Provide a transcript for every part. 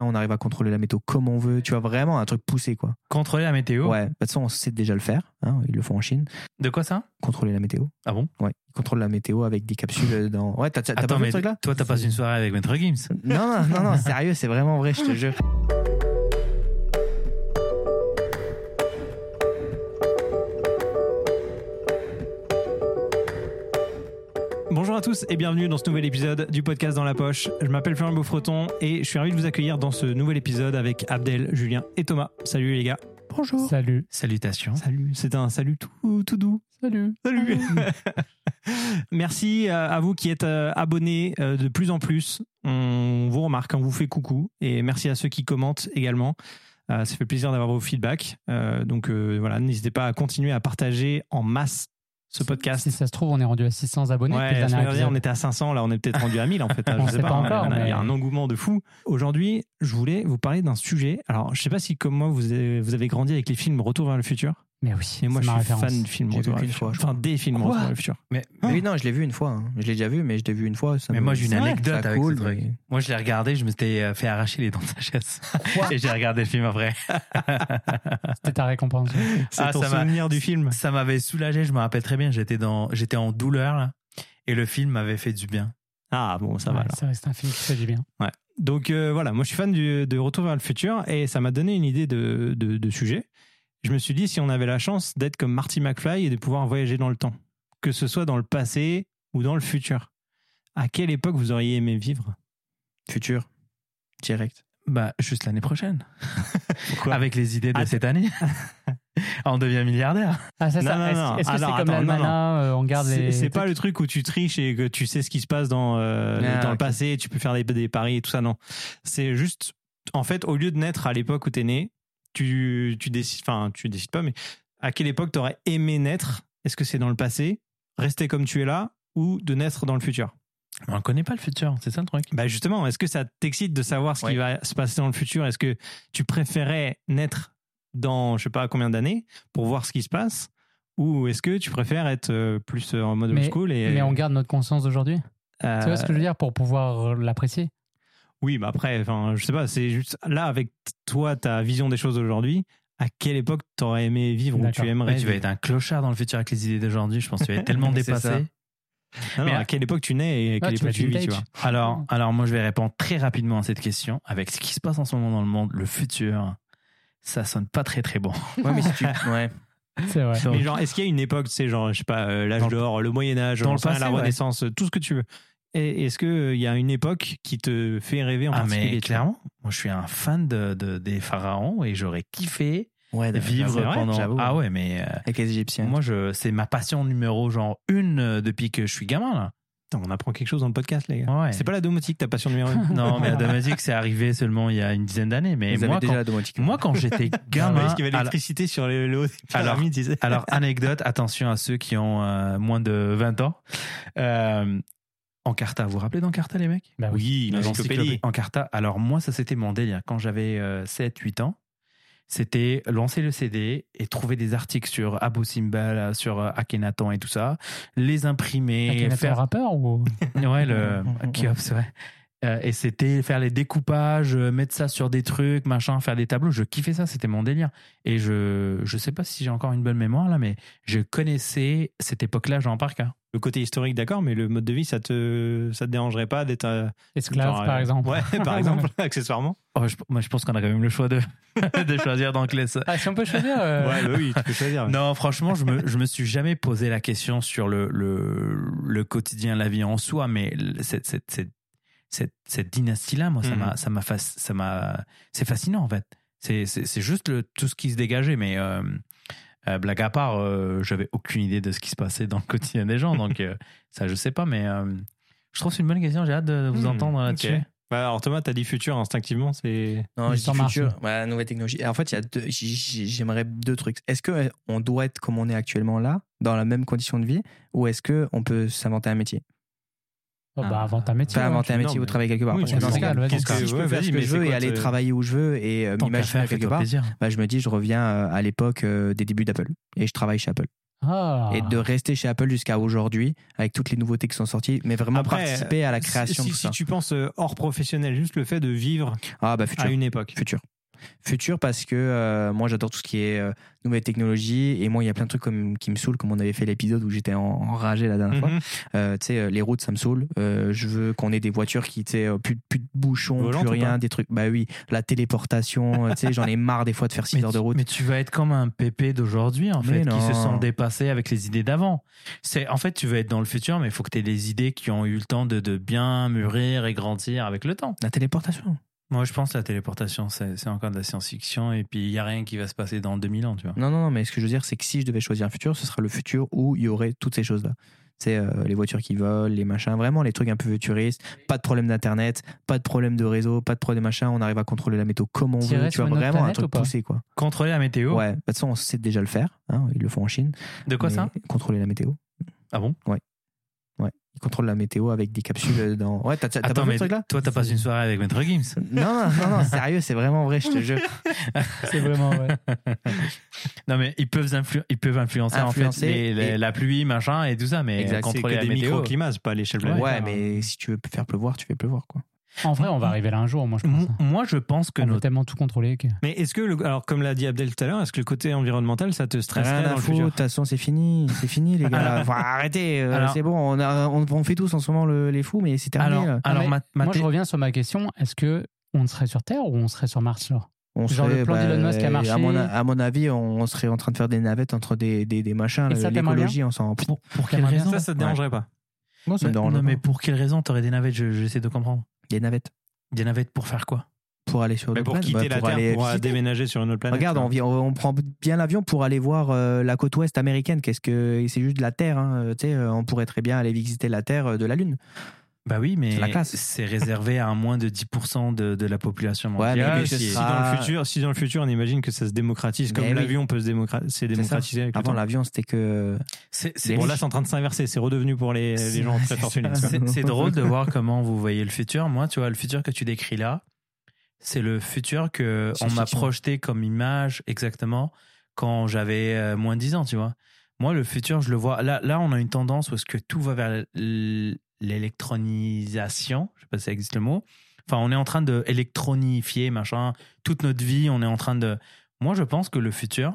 On arrive à contrôler la météo comme on veut. Tu vois, vraiment un truc poussé, quoi. Contrôler la météo. Ouais. De toute façon, on sait déjà le faire. Hein, ils le font en Chine. De quoi ça? Contrôler la météo. Ah bon? Ouais. Ils contrôlent la météo avec des capsules dans. Ouais, t'as pas vu ce truc-là? Toi, t'as passé une soirée avec Maître Gims? Non, sérieux, c'est vraiment vrai, je te jure. Bonjour à tous et bienvenue dans ce nouvel épisode du podcast Dans la Poche. Je m'appelle Florian Beaufreton et je suis ravi de vous accueillir dans ce nouvel épisode avec Abdel, Julien et Thomas. Salut les gars. Bonjour. Salut. Salutations. Salut. C'est un salut tout doux. Salut. Merci à vous qui êtes abonnés de plus en plus. On vous remarque, on vous fait coucou et merci à ceux qui commentent également. Ça fait plaisir d'avoir vos feedbacks. Donc voilà, n'hésitez pas à continuer à partager en masse ce podcast. Si ça se trouve, on est rendu à 600 abonnés. Ouais, la semaine dernière, on était à 500, là on est peut-être rendu à 1000 en fait. On je sais sait pas encore, il y a mais... un engouement de fou. Aujourd'hui, je voulais vous parler d'un sujet. Alors, je sais pas si comme moi, vous avez grandi avec les films Retour vers le futur. Mais oui, et moi, je suis fan du film Retour vers le futur. Enfin, des films Retour vers le futur. Mais oui, non, je l'ai vu une fois. Hein. Je l'ai déjà vu, mais je l'ai vu une fois. Mais moi, j'ai une anecdote avec cool, ce truc. Mais... Moi, je l'ai regardé, je m'étais fait arracher les dents de sagesse. Et j'ai regardé le film après. C'était ta récompense. C'est ton souvenir du film. Ça m'avait soulagé, je me rappelle très bien. J'étais en douleur, là, et le film m'avait fait du bien. Ah bon, ça va. Ça reste un film qui fait du bien. Ouais. Donc voilà, moi je suis fan de Retour vers le futur et ça m'a donné une idée de sujet. Je me suis dit si on avait la chance d'être comme Marty McFly et de pouvoir voyager dans le temps, que ce soit dans le passé ou dans le futur, à quelle époque vous auriez aimé vivre? Futur, direct. Bah juste l'année prochaine. Pourquoi? Avec les idées de cette année. On devient milliardaire. Ah, c'est ça. Non. Est-ce que c'est comme l'almanach, on garde les... C'est pas le truc où tu triches et que tu sais ce qui se passe dans le passé et tu peux faire des paris et tout ça, non. C'est juste, en fait, au lieu de naître à l'époque où t'es né, tu décides pas, mais à quelle époque t'aurais aimé naître? Est-ce que c'est dans le passé, rester comme tu es là, ou de naître dans le futur? On ne connaît pas le futur, c'est ça le truc. Bah justement, est-ce que ça t'excite de savoir ce qui va se passer dans le futur? Est-ce que tu préférais naître dans je sais pas combien d'années pour voir ce qui se passe, ou est-ce que tu préfères être plus en mode old school mais on garde notre conscience d'aujourd'hui? Tu vois ce que je veux dire, pour pouvoir l'apprécier? Oui, mais après, je sais pas, c'est juste là avec toi, ta vision des choses aujourd'hui. À quelle époque t'aurais aimé vivre ou tu aimerais? Tu vas être un clochard dans le futur avec les idées d'aujourd'hui. Je pense que tu vas être tellement dépassé. Mais à quelle époque tu nais et à quelle époque tu vis, tu vois? Alors moi, je vais répondre très rapidement à cette question. Avec ce qui se passe en ce moment dans le monde, le futur, ça sonne pas très très bon. Ouais, mais si tu... Ouais. C'est vrai. Mais genre, est-ce qu'il y a une époque, tu sais, genre, je sais pas, l'âge d'or, le Moyen-Âge, dans le passé, la Renaissance, tout ce que tu veux. Et est-ce qu'il y a une époque qui te fait rêver en particulier? Mais clairement, moi je suis un fan des pharaons et j'aurais kiffé vivre pendant... J'avoue. Ah ouais, mais... avec les Égyptiens. Moi, c'est ma passion numéro 1 depuis que je suis gamin, là. Attends, on apprend quelque chose dans le podcast, les gars. Ouais. C'est pas la domotique, ta passion numéro 1. Non, mais la domotique, c'est arrivé seulement il y a une dizaine d'années. Mais moi, quand j'étais gamin... Est-ce qu'il y avait l'électricité sur le haut des pyramides? Alors, anecdote, attention à ceux qui ont moins de 20 ans. Encarta, vous vous rappelez d'Encarta, les mecs? Bah oui, l'encyclopédie. Encarta. Alors moi, ça c'était mon délire. Quand j'avais 7-8 ans, c'était lancer le CD et trouver des articles sur Abu Simbel, sur Akhenaton et tout ça, les imprimer. Akhenaton le rappeur ou... Ouais, le Khéops, ouais. Et c'était faire les découpages, mettre ça sur des trucs, machin, faire des tableaux. Je kiffais ça, c'était mon délire. Et je sais pas si j'ai encore une bonne mémoire là, mais je connaissais cette époque-là, genre par cœur. Le côté historique, d'accord, mais le mode de vie, ça te dérangerait pas d'être esclave, par exemple? Ouais, par exemple, accessoirement. Moi, je pense qu'on a quand même le choix de choisir dans quelle... Ah, si on peut choisir. Ouais, bah oui, tu peux choisir. Ouais. Non, franchement, je me suis jamais posé la question sur le quotidien, la vie en soi, mais cette dynastie-là, moi, c'est fascinant en fait. C'est juste tout ce qui se dégageait, mais blague à part, j'avais aucune idée de ce qui se passait dans le quotidien des gens, donc ça, je sais pas, mais je trouve que c'est une bonne question. J'ai hâte de vous entendre là-dessus. Okay. Bah, alors Thomas, t'as dit futur instinctivement, c'est... Non, je dis futur, ouais, nouvelle technologie. En fait, j'aimerais deux trucs. Est-ce qu'on doit être comme on est actuellement là, dans la même condition de vie, ou est-ce qu'on peut s'inventer un métier? Inventer un métier. Pas inventer un métier ou travailler quelque part. Oui, parce que dans ce cas, si je peux faire ce que je veux et aller travailler où je veux et m'imaginer quelque part, je me dis, je reviens à l'époque des débuts d'Apple et je travaille chez Apple. Et de rester chez Apple jusqu'à aujourd'hui, avec toutes les nouveautés qui sont sorties, mais vraiment participer à la création de tout ça. Si tu penses hors professionnel, juste le fait de vivre futur. À une époque. Futur parce que moi j'adore tout ce qui est nouvelles technologies, et moi il y a plein de trucs qui me saoulent, comme on avait fait l'épisode où j'étais enragé la dernière fois. Tu sais, les routes ça me saoule. Je veux qu'on ait des voitures qui, tu sais, plus de bouchons, volant, plus rien, des trucs. Bah oui, la téléportation, tu sais, j'en ai marre des fois de faire 6 heures de route. Mais tu vas être comme un pépé d'aujourd'hui en fait, qui se sent dépassé avec les idées d'avant. En fait, tu veux être dans le futur, mais il faut que tu aies des idées qui ont eu le temps de bien mûrir et grandir avec le temps. La téléportation. Moi, je pense que la téléportation, c'est encore de la science-fiction, et puis il n'y a rien qui va se passer dans 2000 ans, tu vois. Non, mais ce que je veux dire, c'est que si je devais choisir un futur, ce sera le futur où il y aurait toutes ces choses-là. C'est les voitures qui volent, les machins, vraiment les trucs un peu futuristes, pas de problème d'internet, pas de problème de réseau, pas de problème machin, on arrive à contrôler la météo comme on veut, tu vois, vraiment un truc poussé, quoi. Contrôler la météo? Ouais, de toute façon, on sait déjà le faire, hein, ils le font en Chine. De quoi ça? Contrôler la météo. Ah bon? Ouais. Ils contrôlent la météo avec des capsules dans. Ouais, t'as pas vu ce truc-là? Toi, t'as passé une soirée avec Maître Gims? Non, sérieux, c'est vraiment vrai, je te jure. C'est vraiment vrai. Non, mais ils peuvent influencer en fait la pluie, machin et tout ça, mais contrôler la météo. C'est que des microclimats, c'est pas à l'échelle planétaire. Ouais, mais si tu veux faire pleuvoir, tu fais pleuvoir, quoi. En vrai, on va arriver là un jour, moi je pense. Moi, je pense que on peut tellement tout contrôler. Mais est-ce que, alors comme l'a dit Abdel tout à l'heure, est-ce que le côté environnemental, ça te stresserait dans le futur? De toute façon, c'est fini, les gars. Enfin, arrêtez, c'est bon, on fait tous en ce moment les fous, mais c'est terminé. Alors moi, je reviens sur ma question. Est-ce que on serait sur Terre ou on serait sur Mars, là? Genre le plan d'Elon Musk a marché. À mon avis, on serait en train de faire des navettes entre des machins. L'écologie, on s'en. Pour quelle raison? Ça te dérangerait pas? Moi, ça me dérange pas. Non, mais pour quelle raison t'aurais des navettes? J'essaie de comprendre. Des navettes. Des navettes pour faire quoi? Pour aller sur une autre planète. Pour quitter la Terre, pour déménager sur une autre planète. Regarde, on prend bien l'avion pour aller voir la côte ouest américaine. C'est juste de la Terre, hein. Tu sais, on pourrait très bien aller visiter la Terre de la Lune. Bah oui, mais c'est réservé à moins de 10% de la population mondiale. Ouais, mais si dans le futur on imagine que ça se démocratise, comme l'avion peut se démocratiser. Avec avant l'avion, c'était que. Bon, là, c'est en train de s'inverser. C'est redevenu pour les gens très fortunés. C'est drôle de voir comment vous voyez le futur. Moi, tu vois, le futur que tu décris là, c'est le futur que on m'a projeté comme image exactement quand j'avais moins de 10 ans, tu vois. Moi, le futur, je le vois. Là, on a une tendance parce que tout va vers l'électronisation, je sais pas si ça existe le mot. Enfin, on est en train de électronifier, machin, toute notre vie, on est en train de... Moi, je pense que le futur,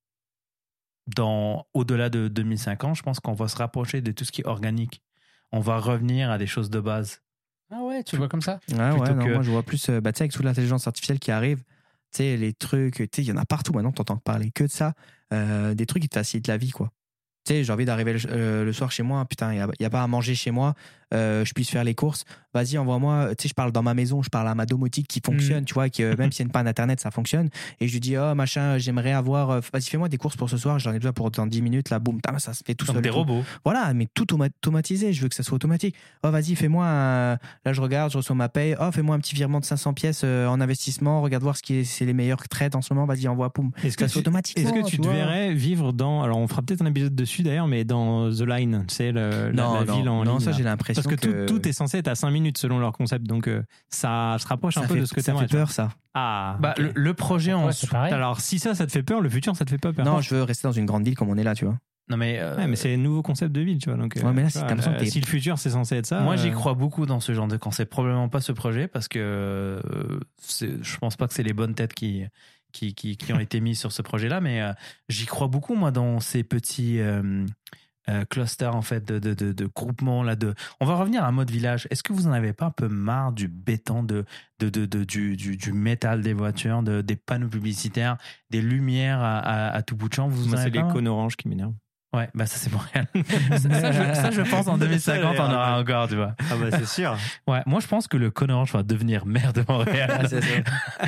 au-delà de 2050, je pense qu'on va se rapprocher de tout ce qui est organique. On va revenir à des choses de base. Ah ouais, tu le vois comme ça? Moi, je vois plus, tu sais, avec toute l'intelligence artificielle qui arrive, tu sais, les trucs, tu sais, il y en a partout maintenant, t'entends parler que de ça, des trucs qui te facilitent la vie, quoi. Tu sais, j'ai envie d'arriver le soir chez moi, putain, il n'y a pas à manger chez moi, je puisse faire les courses, vas-y, envoie-moi, tu sais, je parle dans ma maison, je parle à ma domotique qui fonctionne, tu vois, même s'il n'y a une panne internet, ça fonctionne, et je lui dis, oh machin, j'aimerais avoir, vas-y, fais-moi des courses pour ce soir, j'en ai besoin pour dans 10 minutes, là, boum, ça se fait tout seul. Comme des robots. Voilà, mais tout automatisé, je veux que ça soit automatique. Oh, vas-y, fais-moi là, je regarde, je reçois ma paye, oh, fais-moi un petit virement de 500 pièces en investissement, regarde voir c'est les meilleurs trades en ce moment, vas-y, envoie, poum. Est-ce que c'est automatique. Est-ce que tu te verrais vivre alors on fera peut-être un épisode dessus d'ailleurs, mais dans The Line, tu sais, la ville en ligne. Non, ça, j'ai l'impression parce que tout est censé être à 5 minutes selon leur concept, donc ça se rapproche un peu de ce que tu aimerais. Ça fait peur, ça. Ah, bah, okay. Le projet alors si ça te fait peur, le futur ça te fait pas peur? Non, je veux rester dans une grande ville comme on est là, tu vois. Non mais mais c'est un nouveau concept de ville, tu vois. Donc mais là, c'est comme ça. Si le futur c'est censé être ça. Moi, j'y crois beaucoup dans ce genre de concept. Probablement pas ce projet parce que je pense pas que c'est les bonnes têtes qui ont été mises sur ce projet-là, mais j'y crois beaucoup moi dans ces petits cluster en fait de groupements là on va revenir à un mode village. Est-ce que vous en avez pas un peu marre du béton du métal des voitures, des panneaux publicitaires, des lumières à tout bout de champ? Moi, c'est les cônes oranges qui m'énervent. Ouais, bah ça c'est Montréal. ça je pense en 2050 on aura encore, tu vois. Ah bah c'est sûr. Ouais, moi je pense que le cône orange va devenir maire de Montréal. C'est ça.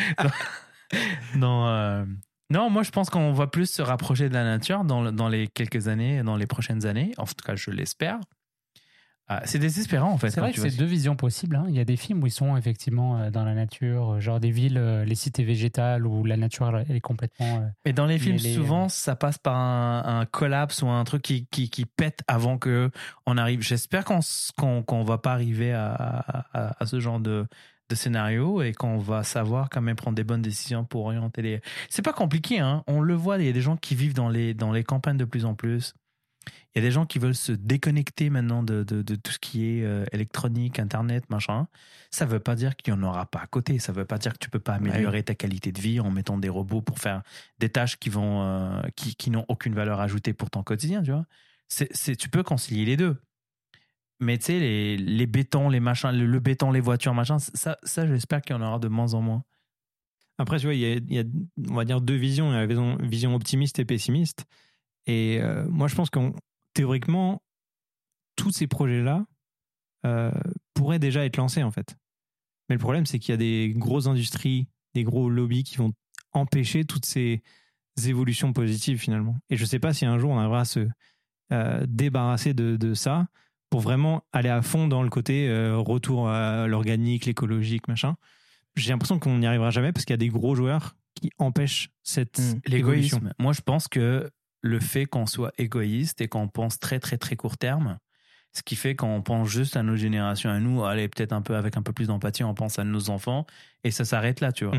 Non, moi je pense qu'on va plus se rapprocher de la nature dans les quelques années, dans les prochaines années. En tout cas, je l'espère. C'est désespérant en fait. C'est vrai que c'est deux visions possibles. Hein. Il y a des films où ils sont effectivement dans la nature, genre des villes, les cités végétales où la nature elle est complètement. Mais dans les films, souvent, ça passe par un collapse ou un truc qui pète avant que on arrive. J'espère qu'on va pas arriver à ce genre de scénario et qu'on va savoir quand même prendre des bonnes décisions pour orienter les... C'est pas compliqué, hein. On le voit, il y a des gens qui vivent dans les campagnes de plus en plus. Il y a des gens qui veulent se déconnecter maintenant de tout ce qui est électronique, Internet, machin. Ça veut pas dire qu'il n'y en aura pas à côté. Ça veut pas dire que tu peux pas améliorer ta qualité de vie en mettant des robots pour faire des tâches qui n'ont aucune valeur ajoutée pour ton quotidien, tu vois. Tu peux concilier les deux. Mais tu sais, les bétons, les machins, le béton, les voitures, machin, ça j'espère qu'il y en aura de moins en moins. Après, tu vois, il y a, on va dire, deux visions. Il y a la vision optimiste et pessimiste. Et moi, je pense que théoriquement, tous ces projets-là pourraient déjà être lancés, en fait. Mais le problème, c'est qu'il y a des grosses industries, des gros lobbies qui vont empêcher toutes ces évolutions positives, finalement. Et je ne sais pas si un jour, on arrivera à se débarrasser de ça pour vraiment aller à fond dans le côté retour à l'organique, l'écologique, machin. J'ai l'impression qu'on n'y arrivera jamais parce qu'il y a des gros joueurs qui empêchent cette évolution. L'égoïsme. Moi, je pense que le fait qu'on soit égoïste et qu'on pense très, très, très court terme, ce qui fait qu'on pense juste à nos générations, à nous, allez, peut-être un peu avec un peu plus d'empathie, on pense à nos enfants et ça s'arrête là, tu vois.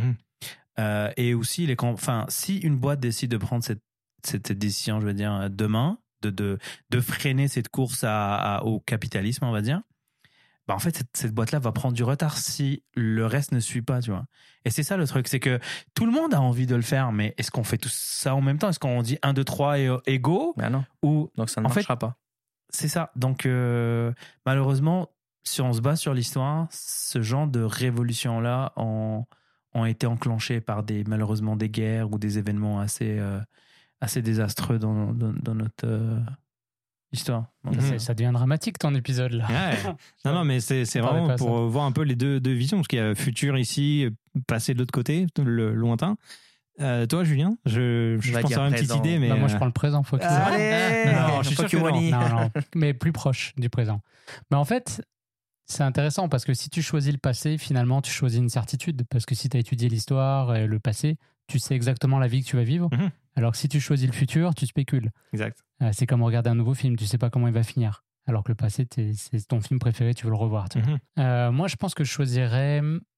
Et aussi, si une boîte décide de prendre cette décision, je veux dire, demain, de freiner cette course au capitalisme, on va dire, bah en fait, cette boîte-là va prendre du retard si le reste ne suit pas, tu vois. Et c'est ça le truc, c'est que tout le monde a envie de le faire, mais est-ce qu'on fait tout ça en même temps? Est-ce qu'on dit 1, 2, 3 et égaux? Ben non. Ou, donc ça ne marchera pas. C'est ça. Donc, malheureusement, si on se base sur l'histoire, ce genre de révolutions-là ont été enclenchées par malheureusement des guerres ou des événements assez désastreux dans notre histoire. Ça devient dramatique ton épisode là. Ouais. Non, mais c'est vraiment pour voir un peu les deux visions, parce qu'il y a futur ici, passé de l'autre côté, le lointain. Toi, Julien, je pense avoir une petite idée, mais moi je prends le présent. Faut que non, je suis sûr que non, mais plus proche du présent. Mais en fait, c'est intéressant parce que si tu choisis le passé, finalement, tu choisis une certitude. Parce que si tu as étudié l'histoire et le passé, tu sais exactement la vie que tu vas vivre. Alors que si tu choisis le futur, tu spécules. Exact. C'est comme regarder un nouveau film, tu sais pas comment il va finir. Alors que le passé, c'est ton film préféré, tu veux le revoir. Moi, je pense que je choisirais.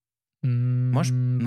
Moi,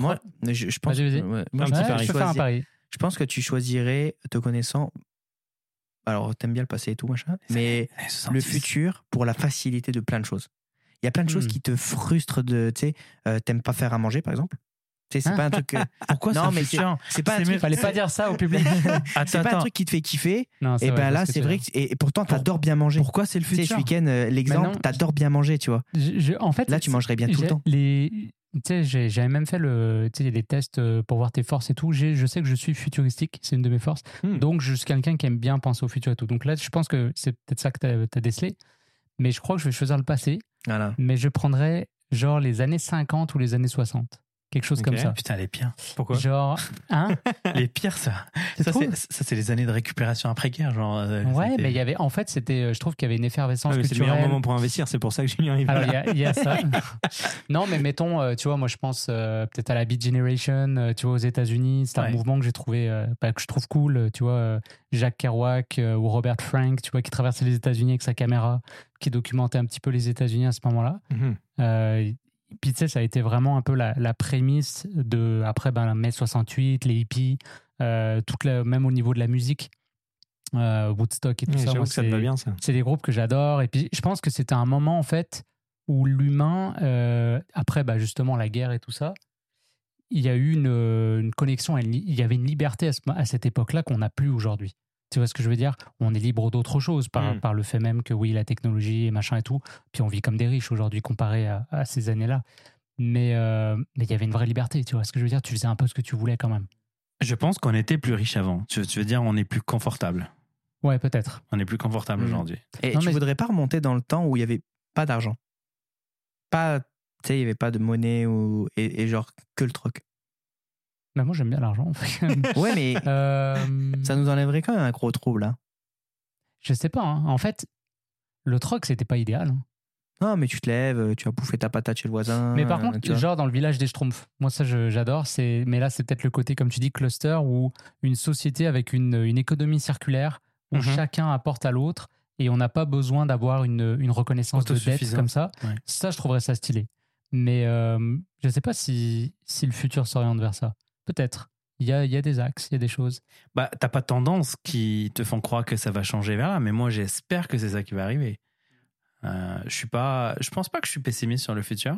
je pense. Vas-y. Je peux faire un pari. Je pense que tu choisirais, te connaissant. Alors, t'aimes bien le passé et tout, machin, mais le futur pour la facilité de plein de choses. Il y a plein de choses qui te frustrent tu sais, t'aimes pas faire à manger, par exemple. C'est pas un truc. Pourquoi non, mais c'est pas un truc. Fallait pas dire ça au public. C'est pas un truc qui te fait kiffer. Non, et ben là, c'est vrai que et pourtant t'adores bien manger. Pourquoi c'est le futur? Tu sais, ce week-end, l'exemple, t'adores bien manger, tu vois. En fait, là, tu mangerais bien tout le temps. Tu sais, j'avais même fait des tests pour voir tes forces et tout. Je sais que je suis futuristique, c'est une de mes forces. Donc, je suis quelqu'un qui aime bien penser au futur et tout. Donc là, je pense que c'est peut-être ça que t'as décelé. Mais je crois que je vais choisir le passé. Voilà. Mais je prendrais genre les années 50 ou les années 60. Quelque chose comme ça. Putain, les pires. Pourquoi? Genre, les pires, ça c'est les années de récupération après-guerre, genre. Ouais, mais il y avait, en fait, je trouve qu'il y avait une effervescence culturelle. C'est le meilleur moment pour investir, c'est pour ça que Julien arrive. Alors, il y a ça. Non, mais mettons, tu vois, moi, je pense peut-être à la Beat Generation, tu vois, aux États-Unis. C'est un mouvement que j'ai trouvé, que je trouve cool, tu vois, Jack Kerouac ou Robert Frank, tu vois, qui traversait les États-Unis avec sa caméra, qui documentait un petit peu les États-Unis à ce moment-là. Puis tu sais, ça a été vraiment un peu la prémisse de après mai 68, les hippies, même au niveau de la musique, Woodstock et tout ça. Moi, ça te va bien, ça. C'est des groupes que j'adore. Et puis je pense que c'était un moment en fait où l'humain, après justement la guerre et tout ça, il y a eu une connexion, il y avait une liberté à cette époque-là qu'on n'a plus aujourd'hui. Tu vois ce que je veux dire? On est libre d'autre chose par le fait même que oui, la technologie et machin et tout. Puis on vit comme des riches aujourd'hui comparé à ces années-là. Mais il y avait une vraie liberté, tu vois ce que je veux dire? Tu faisais un peu ce que tu voulais quand même. Je pense qu'on était plus riche avant. Tu veux dire, on est plus confortable. Ouais, peut-être. On est plus confortable aujourd'hui. Et tu voudrais pas remonter dans le temps où il y avait pas d'argent? Pas, tu sais, il y avait pas de monnaie et genre que le troc. Ben moi j'aime bien l'argent en fait. Ouais, mais ça nous enlèverait quand même un gros trouble là. Je sais pas, hein. En fait le troc c'était pas idéal, hein. Non, mais tu te lèves, tu vas bouffer ta patate chez le voisin. Mais par contre, genre dans le village des Schtroumpfs, moi ça j'adore, mais là c'est peut-être le côté comme tu dis cluster, ou une société avec une économie circulaire où chacun apporte à l'autre et on n'a pas besoin d'avoir une reconnaissance de dette comme ça. Ouais. Ça je trouverais ça stylé. Mais je sais pas si le futur s'oriente vers ça. Peut-être. il y a des axes, il y a des choses. Bah, t'as pas de tendance qui te font croire que ça va changer vers là, mais moi j'espère que c'est ça qui va arriver. Je pense pas que je suis pessimiste sur le futur.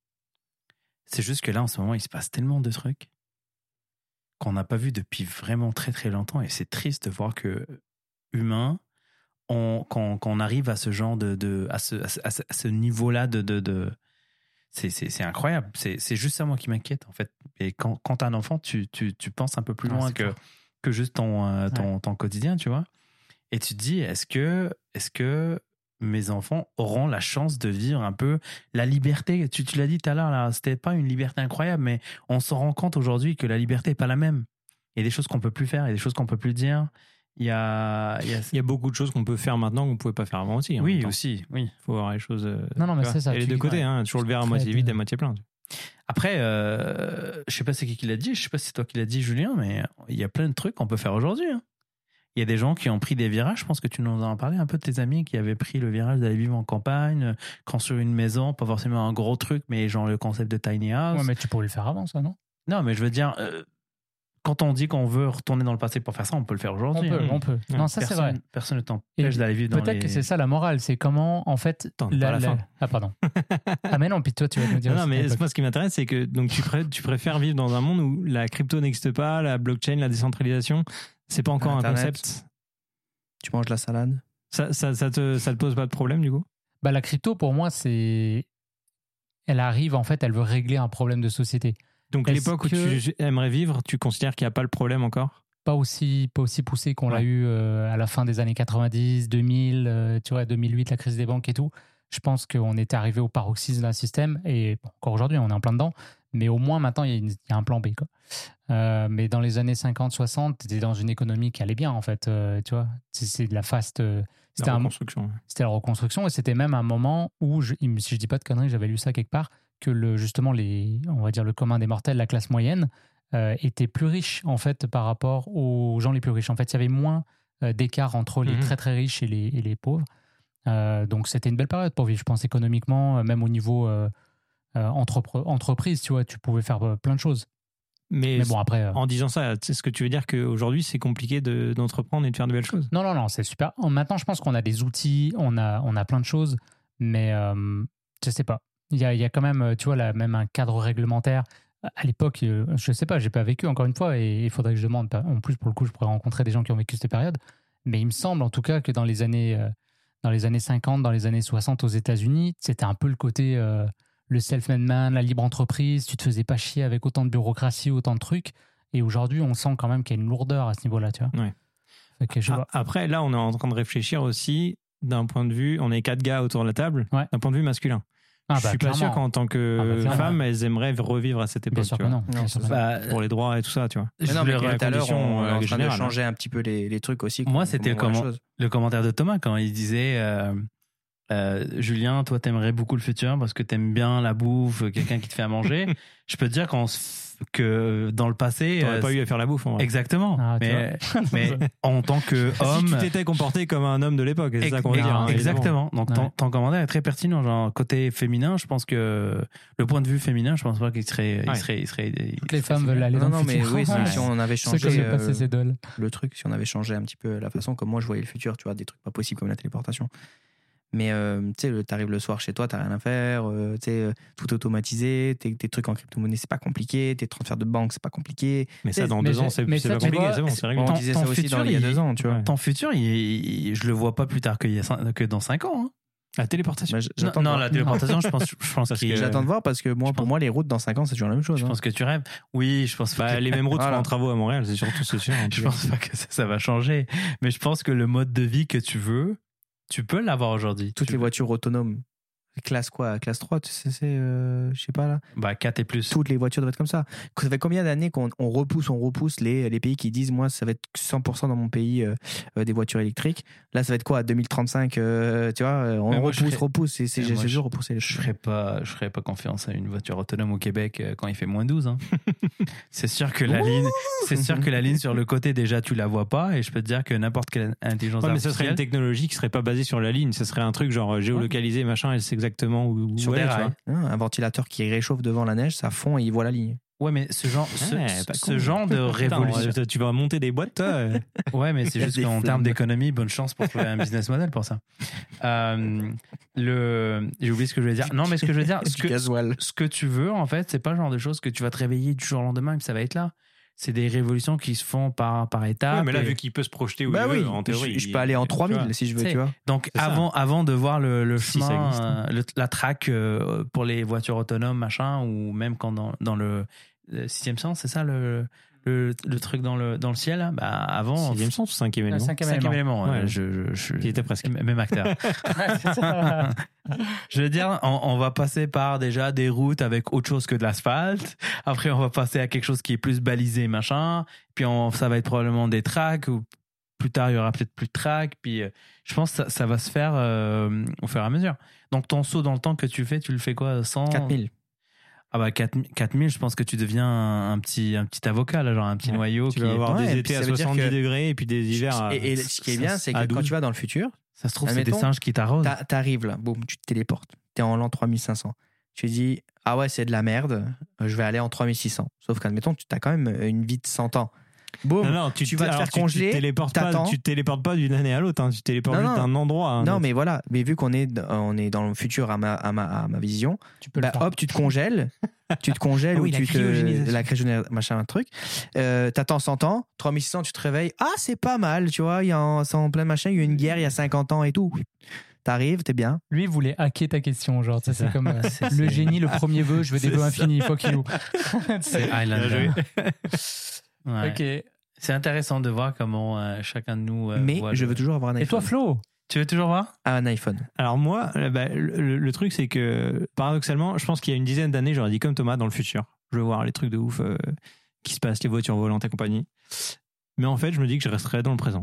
C'est juste que là, en ce moment, il se passe tellement de trucs qu'on n'a pas vu depuis vraiment très très longtemps, et c'est triste de voir que humain, quand on arrive à ce genre à ce niveau-là c'est incroyable. C'est juste ça, moi, qui m'inquiète, en fait. Et quand t'as un enfant, tu penses un peu plus loin que juste ton quotidien, tu vois. Et tu te dis, est-ce que mes enfants auront la chance de vivre un peu la liberté? Tu l'as dit tout à l'heure, là, c'était pas une liberté incroyable, mais on se rend compte aujourd'hui que la liberté est pas la même. Il y a des choses qu'on peut plus faire, il y a des choses qu'on peut plus dire. Il y a beaucoup de choses qu'on peut faire maintenant qu'on ne pouvait pas faire avant aussi. Oui, aussi, oui. Il faut voir les choses. Non, mais c'est ça. Et les deux côtés, toujours le verre à moitié vide et à moitié plein. Après, je sais pas c'est qui l'a dit, je sais pas si c'est toi qui l'as dit, Julien, mais il y a plein de trucs qu'on peut faire aujourd'hui. Il y a des gens qui ont pris des virages. Je pense que tu nous en as parlé un peu de tes amis qui avaient pris le virage d'aller vivre en campagne, construire une maison, pas forcément un gros truc, mais genre le concept de tiny house. Ouais, mais tu pourrais le faire avant, ça, non? Non, mais je veux dire, quand on dit qu'on veut retourner dans le passé pour faire ça, on peut le faire aujourd'hui. On peut. Non, ça c'est vrai. Personne ne t'empêche d'aller vivre dans peut-être que c'est ça la morale, c'est comment en fait. Attends, pas la fin. Ah pardon. Ah mais non, puis toi tu vas nous dire. Non, mais moi ce qui m'intéresse, c'est que donc tu préfères vivre dans un monde où la crypto n'existe pas, la blockchain, la décentralisation, c'est pas encore Internet. un concept. Tu manges la salade. Ça te pose pas de problème du coup? Bah la crypto pour moi c'est, elle arrive en fait, elle veut régler un problème de société. Donc l'époque où tu aimerais vivre, tu considères qu'il n'y a pas le problème encore? Pas aussi poussé qu'on l'a eu à la fin des années 90, 2000, tu vois, 2008, la crise des banques et tout. Je pense qu'on était arrivé au paroxysme d'un système et bon, encore aujourd'hui, on est en plein dedans. Mais au moins, maintenant, il y a un plan B, quoi. Mais dans les années 50, 60, tu étais dans une économie qui allait bien, en fait. Tu vois, c'est de la fast... C'était la reconstruction. C'était la reconstruction et c'était même un moment où, si je dis pas de conneries, j'avais lu ça quelque part, que justement, on va dire le commun des mortels, la classe moyenne, était plus riche, en fait, par rapport aux gens les plus riches. En fait, il y avait moins d'écart entre les très, très riches et les pauvres. Donc, c'était une belle période pour vivre, je pense, économiquement, même au niveau entreprise, tu vois, tu pouvais faire plein de choses. Mais bon, après... En disant ça, est-ce que tu veux dire qu'aujourd'hui, c'est compliqué d'entreprendre et de faire de belles choses? Non, c'est super. Maintenant, je pense qu'on a des outils, on a plein de choses, mais je sais pas. Il y a quand même, tu vois, même un cadre réglementaire. À l'époque, je sais pas, j'ai pas vécu encore une fois, et il faudrait que je demande. En plus, pour le coup, je pourrais rencontrer des gens qui ont vécu cette période. Mais il me semble, en tout cas, que dans les années 50, dans les années 60 aux États-Unis, c'était un peu le côté le self-made man, la libre entreprise. Tu te faisais pas chier avec autant de bureaucratie, autant de trucs. Et aujourd'hui, on sent quand même qu'il y a une lourdeur à ce niveau-là, tu vois. Ouais. Après, là, on est en train de réfléchir aussi d'un point de vue. On est 4 gars autour de la table, d'un point de vue masculin. Je suis pas sûr qu'en tant que femme, elles aimeraient revivre à cette époque. Bien sûr que non. Pour les droits et tout ça, tu vois. Mais non, mais tout à l'heure, on est en train de générale, changer un petit peu les trucs aussi. Moi, c'était le commentaire de Thomas quand il disait Julien, toi, t'aimerais beaucoup le futur parce que t'aimes bien la bouffe, quelqu'un qui te fait à manger. Je peux te dire que dans le passé... T'aurais pas eu à faire la bouffe. En vrai. Exactement. Mais en tant qu'homme... Si tu t'étais comporté comme un homme de l'époque, c'est ça qu'on veut dire. Exactement. Donc ton commentaire est très pertinent. Genre, côté féminin, je pense que... Le point de vue féminin, je pense pas qu'il serait... Toutes les femmes veulent aller dans le futur. Non, mais oui, si on avait changé le truc, si on avait changé un petit peu la façon comme moi je voyais le futur, tu vois, des trucs pas possibles comme la téléportation. Mais tu sais, t'arrives le soir chez toi, t'as rien à faire, tu sais, tout automatisé, tes trucs en crypto-monnaie, c'est pas compliqué, tes transferts de banque, c'est pas compliqué. Mais ça, dans 2 ans, c'est pas compliqué, c'est bon, c'est réglé. On disait ça aussi il y a 2 ans, tu vois. Ton futur, je le vois pas plus tard que dans 5 ans. Hein. La téléportation. Non, la téléportation, je pense que j'attends de voir parce que pour moi, les routes dans 5 ans, c'est toujours la même chose. Je pense que tu rêves. Oui, je pense pas. Les mêmes routes sont en travaux à Montréal, c'est sûr. Je pense pas que ça va changer. Mais je pense que le mode de vie que tu veux, tu peux l'avoir aujourd'hui. Toutes les voitures autonomes. Classe quoi? Classe 3, tu sais, je sais pas là. Bah 4 et plus. Toutes les voitures doivent être comme ça. Ça fait combien d'années qu'on repousse les pays qui disent, moi, ça va être 100% dans mon pays des voitures électriques. Là, ça va être quoi? 2035, tu vois, on repousse. J'ai toujours repoussé les choses. Je ferais pas confiance à une voiture autonome au Québec quand il fait moins 12. Hein. C'est sûr que la ligne sur le côté, déjà, tu la vois pas. Et je peux te dire que n'importe quelle intelligence artificielle. Mais ce serait une technologie qui serait pas basée sur la ligne. Ce serait un truc genre géolocalisé, machin, et c'est exactement où sur des rails. Un ventilateur qui réchauffe devant la neige, ça fond et il voit la ligne. Ouais, mais ce genre de révolution. Attends, tu vas monter des boîtes, toi. Ouais, mais c'est juste qu'en termes d'économie, bonne chance pour trouver un business model pour ça. J'ai oublié ce que je voulais dire. Non, mais ce que je veux dire, ce que tu veux, en fait, c'est pas le genre de choses que tu vas te réveiller du jour au lendemain et puis ça va être là. C'est des révolutions qui se font par étapes. Ouais, mais là, vu qu'il peut se projeter où il veut, en théorie. Je peux aller en 3000 si je veux, tu vois. Donc, avant de voir le chemin, la track pour les voitures autonomes, machin, ou même quand dans le sixième sens, c'est ça le truc dans le ciel, hein, bah avant. Sixième sens ou cinquième élément? Cinquième élément. Ouais. Il était presque. Même acteur. Je veux dire, on va passer par déjà des routes avec autre chose que de l'asphalte. Après, on va passer à quelque chose qui est plus balisé, machin. Puis ça va être probablement des tracks ou plus tard, il y aura peut-être plus de tracks. Puis je pense que ça va se faire au fur et à mesure. Donc, ton saut dans le temps que tu le fais quoi? 4000. Ah bah 4000, je pense que tu deviens un petit avocat, là, genre un petit noyau. Tu vas avoir des étés à 70 degrés et puis des hivers à... Et ce qui est bien, c'est que quand tu vas dans le futur, ça se trouve, c'est des singes qui t'arrosent. T'arrives là, boum, tu te téléportes. T'es en l'an 3500. Tu dis, ah ouais, c'est de la merde, je vais aller en 3600. Sauf qu'admettons, tu as quand même une vie de 100 ans. Boum, tu vas te faire congeler. Tu te téléportes pas d'une année à l'autre, hein, tu téléportes juste d'un endroit à un autre. Mais voilà, mais vu qu'on est dans le futur à ma vision, hop, tu te congèles. Tu te congèles ou la cryogénisation, machin, un truc. T'attends 100 ans, 3600, tu te réveilles. Ah, c'est pas mal, tu vois, c'est en plein machin, il y a eu une guerre il y a 50 ans et tout. T'arrives, t'es bien. Lui, il voulait hacker ta question, genre, c'est comme le génie, le premier vœu, je veux des vœux infinis, fuck you. C'est Highlander. Ouais. Ok. C'est intéressant de voir comment chacun de nous. Mais je veux toujours avoir un iPhone. Et toi, Flo? Tu veux toujours voir un iPhone? Alors moi, le truc c'est que paradoxalement, je pense qu'il y a une dizaine d'années, j'aurais dit comme Thomas, dans le futur, je veux voir les trucs de ouf qui se passent, les voitures volantes et compagnie. Mais en fait, je me dis que je resterai dans le présent.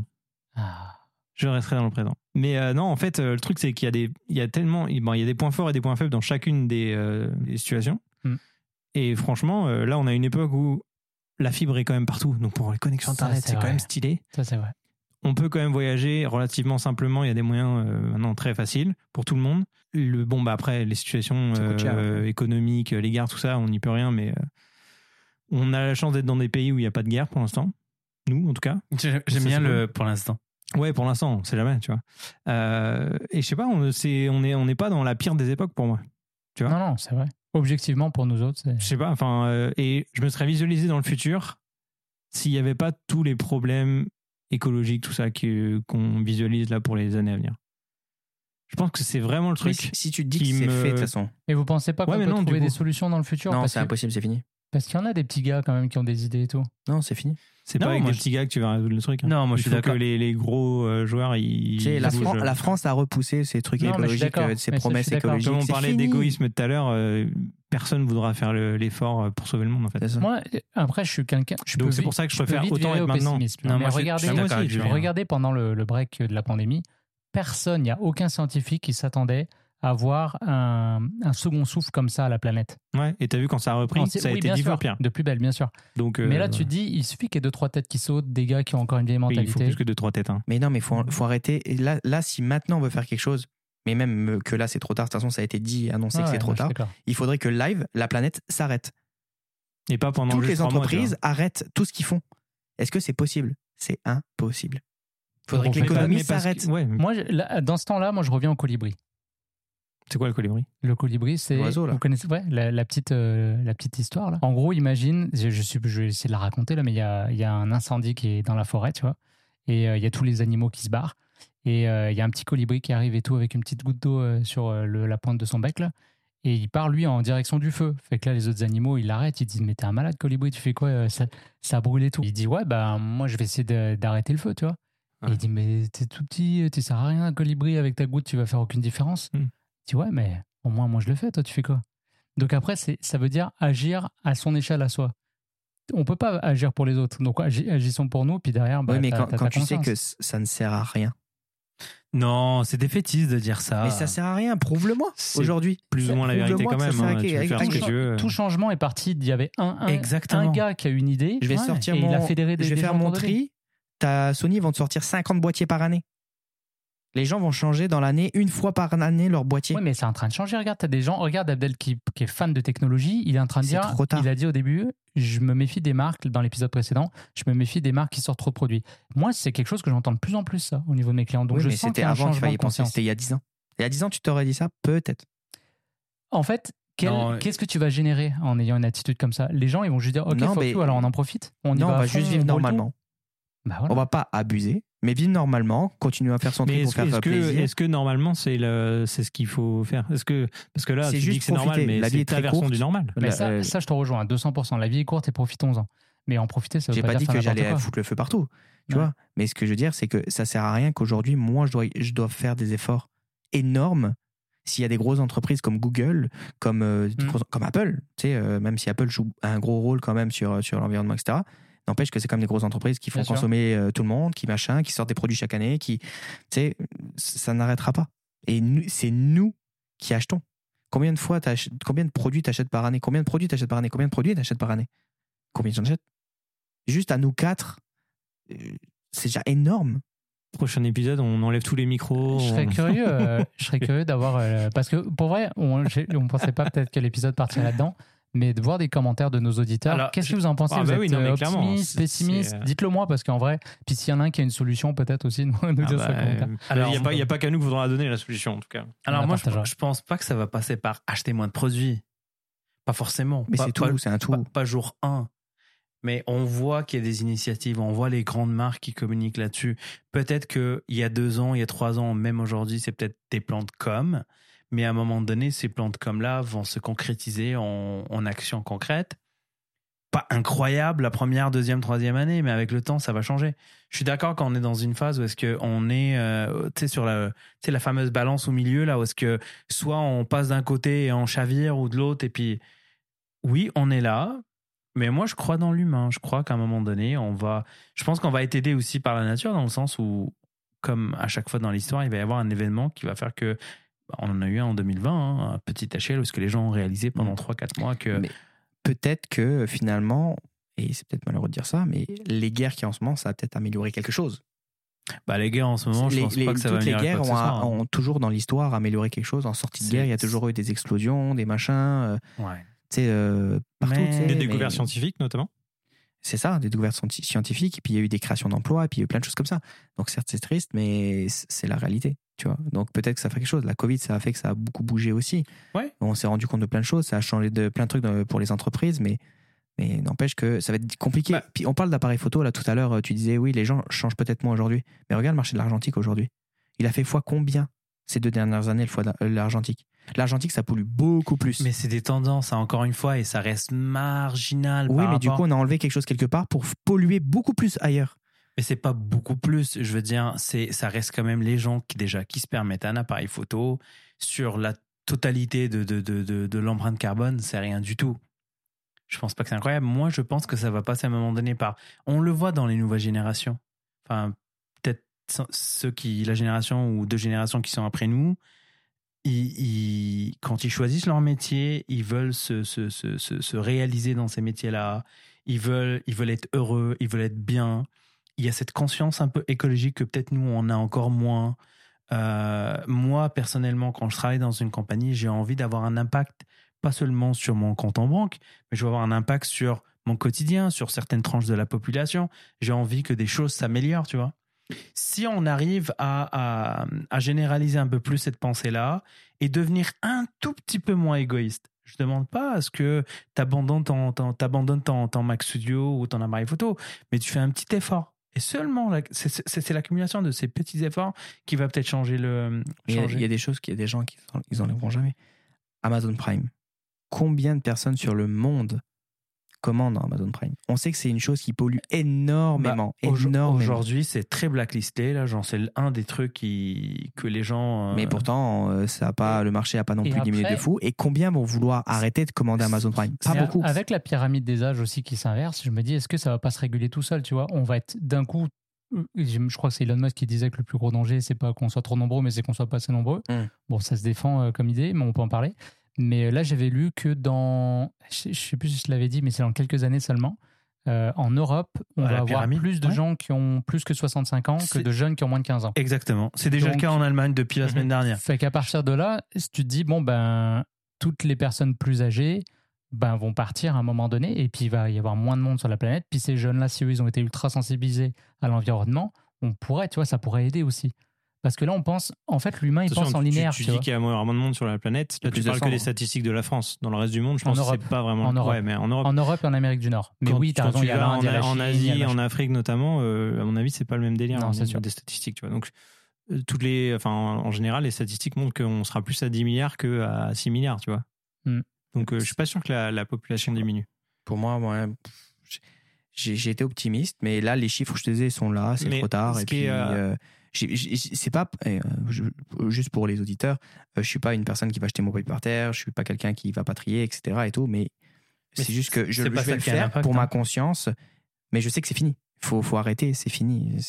Je resterai dans le présent. Mais non, en fait, le truc c'est qu'il y a des points forts et des points faibles dans chacune des situations. Et franchement, là, on a une époque où la fibre est quand même partout. Donc pour les connexions internet, c'est quand même stylé. Ça, c'est vrai. On peut quand même voyager relativement simplement. Il y a des moyens maintenant très faciles pour tout le monde. Après, les situations économiques, les guerres, tout ça, on n'y peut rien. Mais on a la chance d'être dans des pays où il n'y a pas de guerre pour l'instant. Nous, en tout cas. J'aime bien pour l'instant. Ouais, pour l'instant, on ne sait jamais, tu vois. Et je sais pas, on n'est pas dans la pire des époques pour moi. Tu vois. Non, c'est vrai. Objectivement, pour nous autres, c'est... Je sais pas, et je me serais visualisé dans le futur s'il n'y avait pas tous les problèmes écologiques, tout ça, qu'on visualise là pour les années à venir. Je pense que c'est vraiment le truc. Si tu te dis que c'est fait, de toute façon. Et vous pensez pas qu'on peut trouver des solutions dans le futur? Non, c'est impossible, c'est fini. Parce qu'il y en a des petits gars quand même qui ont des idées et tout. Non, c'est fini. C'est pas avec des petits gars que tu vas résoudre le truc. Hein. Non, moi je suis d'accord. Que les gros joueurs, la France a repoussé ces trucs écologiques, ces promesses écologiques. Comme on parlait d'égoïsme tout à l'heure, personne ne voudra faire l'effort pour sauver le monde en fait. Moi, après, je suis quelqu'un. Donc c'est pour ça que je préfère autant être maintenant. Non, mais regardez pendant le break de la pandémie, il n'y a aucun scientifique qui s'attendait à avoir un second souffle comme ça à la planète. Ouais, et t'as vu quand ça a repris, ça a été 10 fois pire. De plus belle, bien sûr. Donc, mais là, tu te dis, il suffit qu'il y ait 2-3 têtes qui sautent, des gars qui ont encore une vieille mentalité. Oui, il faut plus que 2-3 têtes. Hein. Mais non, mais faut arrêter. Et là, si maintenant on veut faire quelque chose, mais même que là c'est trop tard, de toute façon ça a été dit, annoncé que c'est trop tard, il faudrait que live, la planète s'arrête. Et pas pendant toutes les entreprises arrêtent tout ce qu'ils font. Est-ce que c'est possible? C'est impossible. Il faudrait que l'économie s'arrête. Moi, dans ce temps-là, moi je reviens au colibri. C'est quoi le colibri? Le colibri, c'est l'oiseau, là. Vous connaissez la petite histoire là. En gros, imagine, je vais essayer de la raconter là, mais il y a un incendie qui est dans la forêt, tu vois, et il y a tous les animaux qui se barrent, et il y a un petit colibri qui arrive et tout avec une petite goutte d'eau sur la pointe de son bec là, et il part lui en direction du feu. Fait que là, les autres animaux, ils l'arrêtent, ils disent mais t'es un malade colibri, tu fais quoi? Ça brûle et tout. Il dit ouais moi je vais essayer d'arrêter le feu, tu vois. Ouais. Et il dit mais t'es tout petit, tu sers à rien colibri, avec ta goutte tu vas faire aucune différence. Tu dis ouais, mais au moins moi je le fais, toi tu fais quoi? Donc après, ça veut dire agir à son échelle à soi. On peut pas agir pour les autres, donc agissons pour nous, puis derrière. Oui, mais quand tu sais que ça ne sert à rien. Non, c'est défaitiste de dire ça. Mais ça sert à rien, prouve-le-moi aujourd'hui. Plus ou moins la vérité quand même. Hein, tu peux faire ce que tu veux. Tout changement est parti. Il y avait un gars qui a une idée. Je vais sortir je vais faire mon tri. Sony vont te sortir 50 boîtiers par année. Les gens vont changer dans l'année, une fois par année, leur boîtier. Oui, mais c'est en train de changer. Regarde, t'as des gens. Regarde Abdel qui est fan de technologie. Il est en train de C'est dire. trop tard. Il a dit au début, je me méfie des marques. Dans l'épisode précédent, je me méfie des marques qui sortent trop de produits. Moi, c'est quelque chose que j'entends de plus en plus ça au niveau de mes clients. Donc Oui, je mais sens c'était qu'il y a un avant qu'il changement fallait de penser. conscience. C'était il y a 10 ans. Il y a 10 ans, tu t'aurais dit ça? Peut-être. En fait, Non, qu'est-ce que tu vas générer en ayant une attitude comme ça? Les gens, ils vont juste dire, ok, Non, fuck mais- you, alors on en profite. On y Non, va on à va fond, juste on vivre roule normalement. tout. Bah voilà. On va pas abuser, mais vivre normalement, continuer à faire son truc Mais pour faire plaisir. est-ce que normalement c'est ce qu'il faut faire? Parce que là, C'est tu dis juste que c'est normal, profiter. mais La vie c'est est ta très version courte. du normal. Mais Là, ça, je te rejoins à 200%. La vie est courte et profitons-en. Mais en profiter, ça veut J'ai pas pas dire dit faire que n'importe j'allais quoi. foutre le feu partout, tu Ouais. vois. Mais ce que je veux dire, c'est que ça sert à rien qu'aujourd'hui, moi, je dois faire des efforts énormes. S'il y a des grosses entreprises comme Google, comme Apple, tu sais, même si Apple joue un gros rôle quand même sur l'environnement, etc. N'empêche que c'est comme des grosses entreprises qui font Bien sûr. consommer tout le monde, qui sortent des produits chaque année, tu sais, ça n'arrêtera pas. Et c'est nous qui achetons. Combien de produits t'achètes par année? Combien de produits t'achètes par année? Combien de produits t'achètes par année? Combien t'en achètes? Juste à nous 4, c'est déjà énorme. Prochain épisode, on enlève tous les micros. Je serais curieux d'avoir. Parce que pour vrai, on pensait pas peut-être que l'épisode partirait là-dedans, mais de voir des commentaires de nos auditeurs. Alors, Qu'est-ce que vous en pensez? Ah Vous bah êtes oui, non, mais clairement, optimiste, pessimiste? Dites-le moi, parce qu'en vrai, puis s'il y en a un qui a une solution, peut-être aussi nous dire ça en commentaire. Alors, il n'y a pas qu'à nous qu'il faudra donner la solution, en tout cas. Alors On moi, la partagera. je pense pas que ça va passer par acheter moins de produits. Pas forcément. Mais Pas- c'est tout, pas- c'est un tout. Pas jour 1. Mais on voit qu'il y a des initiatives, on voit les grandes marques qui communiquent là-dessus. Peut-être qu'il y a 2 ans, il y a 3 ans, même aujourd'hui, c'est peut-être des plans de com. Mais à un moment donné, ces plans de com-là vont se concrétiser en actions concrètes. Pas incroyable la première, deuxième, troisième année, mais avec le temps, ça va changer. Je suis d'accord quand on est dans une phase où est-ce qu'on est, sur la fameuse balance au milieu, là, où est-ce que soit on passe d'un côté et on chavire ou de l'autre, et puis oui, on est là. Mais moi, je crois dans l'humain. Je crois qu'à un moment donné, je pense qu'on va être aidé aussi par la nature, dans le sens où, comme à chaque fois dans l'histoire, il va y avoir un événement qui va faire que, on en a eu un en 2020, hein, à petite échelle, où ce que les gens ont réalisé pendant 3-4 mois que... Mais peut-être que finalement, et c'est peut-être malheureux de dire ça, mais les guerres qui en ce moment, ça va peut-être améliorer quelque chose. Bah, les guerres en ce moment, je pense pas que ça va toutes les venir guerres quoi que ce soit, hein. ont toujours dans l'histoire amélioré quelque chose. En sortie de guerre, il y a toujours eu des explosions, des machins, Ouais. tu sais, partout. Mais- tu sais, Des mais découvertes scientifiques, notamment. C'est ça, des découvertes scientifiques, et puis il y a eu des créations d'emplois, et puis il y a eu plein de choses comme ça. Donc certes, c'est triste, mais c'est la réalité, tu vois. Donc peut-être que ça fait quelque chose. La Covid, ça a fait que ça a beaucoup bougé aussi. Ouais. On s'est rendu compte de plein de choses, ça a changé de plein de trucs pour les entreprises, mais n'empêche que ça va être compliqué. Bah. Puis on parle d'appareils photo, là, tout à l'heure, tu disais, oui, les gens changent peut-être moins aujourd'hui. Mais regarde le marché de l'argentique aujourd'hui. Il a fait fois combien ces 2 dernières années, l'argentique? L'argentique, ça pollue beaucoup plus. Mais c'est des tendances, hein, encore une fois, et ça reste marginal. Oui, par mais du rapport- coup, on a enlevé quelque chose quelque part pour polluer beaucoup plus ailleurs. Mais c'est pas beaucoup plus. Je veux dire, ça reste quand même les gens qui se permettent un appareil photo sur la totalité de l'empreinte carbone, c'est rien du tout. Je pense pas que c'est incroyable. Moi, je pense que ça va passer à un moment donné par. On le voit dans les nouvelles générations. Enfin, peut-être la génération ou 2 générations qui sont après nous, quand ils choisissent leur métier, ils veulent se réaliser dans ces métiers-là. Ils veulent être heureux, ils veulent être bien. Il y a cette conscience un peu écologique que peut-être nous, on a encore moins. Moi, personnellement, quand je travaille dans une compagnie, j'ai envie d'avoir un impact, pas seulement sur mon compte en banque, mais je veux avoir un impact sur mon quotidien, sur certaines tranches de la population. J'ai envie que des choses s'améliorent, tu vois. Si on arrive à généraliser un peu plus cette pensée-là et devenir un tout petit peu moins égoïste, je ne demande pas à ce que tu abandonnes ton Mac Studio ou ton appareil photo, mais tu fais un petit effort. Et seulement, c'est l'accumulation de ces petits efforts qui va peut-être changer le... Il y a des choses, il y a des gens qui ils enlèveront jamais. Amazon Prime. Combien de personnes sur le monde commandent Amazon Prime? On sait que c'est une chose qui pollue énormément. énormément. Aujourd'hui, c'est très blacklisté. Là, c'est un des trucs que les gens... Mais pourtant, le marché n'a pas non Et plus diminué après- de fou. Et combien vont vouloir arrêter de commander Amazon Prime? Pas Et beaucoup. Avec la pyramide des âges aussi qui s'inverse, je me dis, est-ce que ça va pas se réguler tout seul, tu vois? On va être d'un coup, je crois que c'est Elon Musk qui disait que le plus gros danger, c'est pas qu'on soit trop nombreux, mais c'est qu'on soit pas assez nombreux. Bon, ça se défend comme idée, mais on peut en parler. Mais là, j'avais lu que je sais plus si je l'avais dit, mais c'est dans quelques années seulement, en Europe, on va avoir plus de gens qui ont plus que 65 ans que de jeunes qui ont moins de 15 ans. Exactement. C'est déjà le cas en Allemagne depuis la semaine dernière. Fait qu'à partir de là, si tu te dis, toutes les personnes plus âgées vont partir à un moment donné, et puis il va y avoir moins de monde sur la planète. Puis ces jeunes-là, si eux, ils ont été ultra sensibilisés à l'environnement, ça pourrait aider aussi. Parce que là, on pense, en fait, l'humain, il pense en linéaire. Tu dis qu'il y a moins de monde sur la planète. Là, tu parles que des statistiques de la France. Dans le reste du monde, je pense que c'est pas vraiment. En Europe. Ouais, mais en Europe. En Europe et en Amérique du Nord. Mais oui, tu as raison, il y a l'Inde, en Asie, en Afrique notamment, à mon avis, c'est pas le même délire. Non, c'est sûr. Des statistiques, tu vois. Donc, en général, les statistiques montrent qu'on sera plus à 10 milliards qu'à 6 milliards, tu vois. Donc, je suis pas sûr que la population diminue. Pour moi, j'ai été optimiste, mais là, les chiffres, je te disais, sont là, c'est trop tard. Et puis, c'est pas juste pour les auditeurs, je suis pas une personne qui va jeter mon papier par terre, je suis pas quelqu'un qui va pas trier, etc. et tout, mais c'est juste que je vais le faire pour ma conscience, mais je sais que c'est fini. Faut arrêter, c'est fini.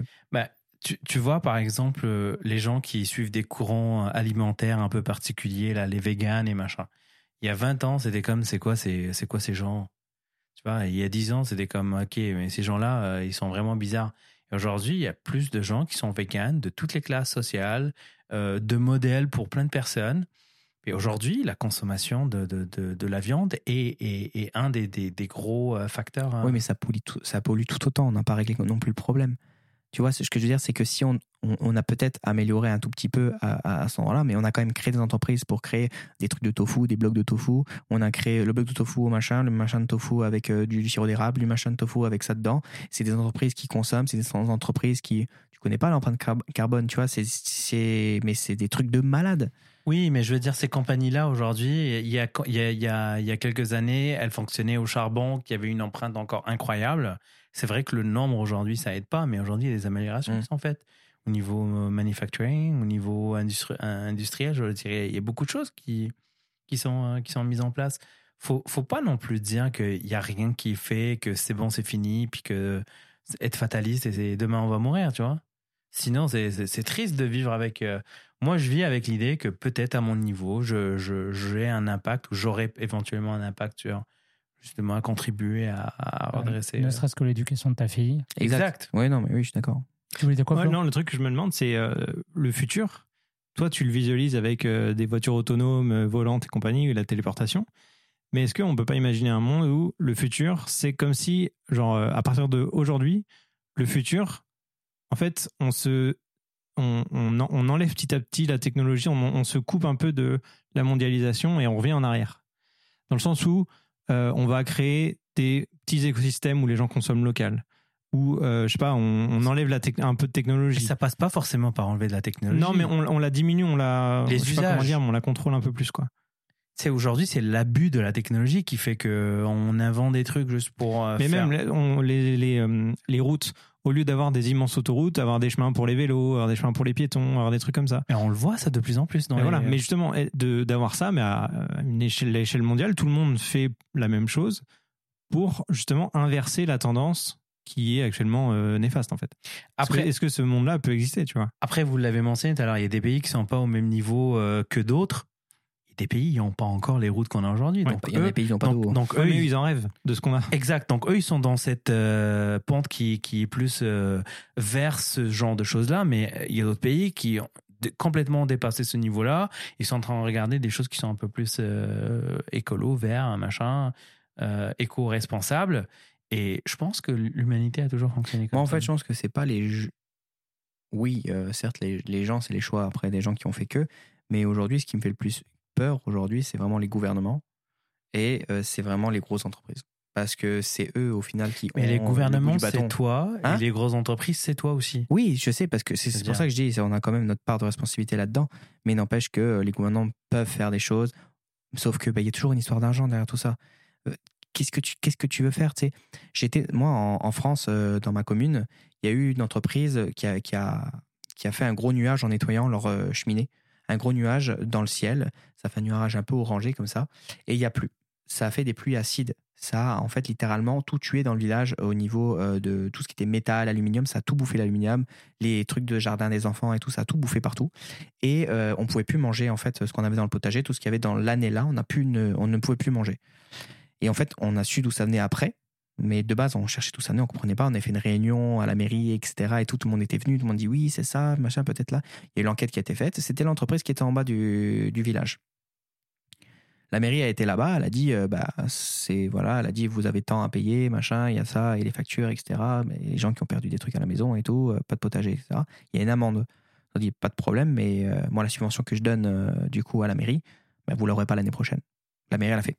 Tu vois, par exemple, les gens qui suivent des courants alimentaires un peu particuliers, là, les véganes et machin. Il y a 20 ans, c'était comme, c'est quoi ces gens? Tu vois, il y a 10 ans, c'était comme, ok, mais ces gens-là, ils sont vraiment bizarres. Et aujourd'hui, il y a plus de gens qui sont véganes, de toutes les classes sociales, de modèles pour plein de personnes. Et aujourd'hui, la consommation de la viande est un des gros facteurs. Oui, mais ça pollue tout autant. On n'a pas réglé non plus le problème. Tu vois, ce que je veux dire, c'est que si on a peut-être amélioré un tout petit peu à ce moment-là, mais on a quand même créé des entreprises pour créer des trucs de tofu, des blocs de tofu. On a créé le bloc de tofu au machin, le machin de tofu avec du sirop d'érable, du machin de tofu avec ça dedans. C'est des entreprises qui consomment, c'est des entreprises qui... Tu connais pas l'empreinte carbone, tu vois, mais c'est des trucs de malade. Oui, mais je veux dire, ces compagnies-là, aujourd'hui, il y a quelques années, elles fonctionnaient au charbon, qui avait une empreinte encore incroyable. C'est vrai que le nombre aujourd'hui, ça aide pas, mais aujourd'hui, il y a des améliorations qui sont faites. Au niveau manufacturing, au niveau industriel, je dirais, il y a beaucoup de choses qui sont mises en place. Faut pas non plus dire qu'il y a rien qui fait, que c'est bon, c'est fini, puis que être fataliste et demain on va mourir, tu vois. Sinon, c'est triste de vivre avec... Moi, je vis avec l'idée que peut-être à mon niveau, j'ai un impact, ou j'aurai éventuellement un impact sur... justement à contribuer à redresser. Ne serait-ce que l'éducation de ta fille. Exact. Oui, non, mais oui, je suis d'accord. Tu voulais dire quoi, Flo ? Non, le truc que je me demande, c'est le futur. Toi, tu le visualises avec des voitures autonomes, volantes et compagnie, et la téléportation. Mais est-ce qu'on ne peut pas imaginer un monde où le futur, c'est comme si, genre, à partir d'aujourd'hui, le futur, en fait, on enlève petit à petit la technologie, on se coupe un peu de la mondialisation et on revient en arrière. Dans le sens où on va créer des petits écosystèmes où les gens consomment local. Ou, je sais pas, on enlève un peu de technologie. Mais ça passe pas forcément par enlever de la technologie. Non, mais on la diminue, les je sais pas comment dire, mais on la contrôle un peu plus, quoi. Aujourd'hui, c'est l'abus de la technologie qui fait qu'on invente des trucs juste pour mais faire... même les routes, au lieu d'avoir des immenses autoroutes, avoir des chemins pour les vélos, avoir des chemins pour les piétons, avoir des trucs comme ça. Et on le voit ça de plus en plus. Mais justement, d'avoir ça, mais à l'échelle mondiale, tout le monde fait la même chose pour justement inverser la tendance qui est actuellement néfaste, en fait. Après, est-ce que ce monde-là peut exister, tu vois ? Après, vous l'avez mentionné tout à l'heure, il y a des pays qui sont pas au même niveau que d'autres. Des pays, ils n'ont pas encore les routes qu'on a aujourd'hui. Ouais, donc il y a des pays qui n'ont pas d'eau. Donc eux, ils en rêvent de ce qu'on a. Exact. Donc eux, ils sont dans cette pente qui est plus vers ce genre de choses-là. Mais il y a d'autres pays qui ont complètement dépassé ce niveau-là. Ils sont en train de regarder des choses qui sont un peu plus écolo, vert, machin, éco-responsable. Et je pense que l'humanité a toujours fonctionné comme ça. Moi, en fait, je pense que c'est pas les... Oui, certes, les gens, c'est les choix après des gens qui ont fait que. Mais aujourd'hui, ce qui me fait le plus peur aujourd'hui, c'est vraiment les gouvernements et c'est vraiment les grosses entreprises. Parce que c'est eux, au final, qui Mais ont les gouvernements, le bout du bâton. c'est toi, et les grosses entreprises, c'est toi aussi. Oui, je sais, parce que c'est pour ça que je dis, on a quand même notre part de responsabilité là-dedans, mais n'empêche que les gouvernements peuvent faire des choses, sauf que y a toujours une histoire d'argent derrière tout ça. Qu'est-ce que tu veux faire, tu sais ? Moi, en France, dans ma commune, il y a eu une entreprise qui a fait un gros nuage en nettoyant leur cheminée. Un gros nuage dans le ciel, ça fait un nuage un peu orangé comme ça, et il n'y a plus. Ça a fait des pluies acides. Ça a en fait littéralement tout tué dans le village au niveau de tout ce qui était métal, aluminium, ça a tout bouffé l'aluminium, les trucs de jardin des enfants et tout, ça a tout bouffé partout. Et on ne pouvait plus manger en fait ce qu'on avait dans le potager, tout ce qu'il y avait dans l'année là, on ne pouvait plus manger. Et en fait, on a su d'où ça venait après. Mais de base, on cherchait tout ça, nous, on comprenait pas. On avait fait une réunion à la mairie, etc. Et tout le monde était venu, tout le monde dit oui, c'est ça, machin, peut-être là. Il y a eu l'enquête qui a été faite. C'était l'entreprise qui était en bas du village. La mairie a été là-bas, elle a dit, elle a dit, vous avez tant à payer, machin, il y a ça, et les factures, etc. Mais les gens qui ont perdu des trucs à la maison et tout, pas de potager, etc. Il y a une amende. On dit, pas de problème, mais moi, la subvention que je donne, du coup, à la mairie, vous l'aurez pas l'année prochaine. La mairie, elle a fait,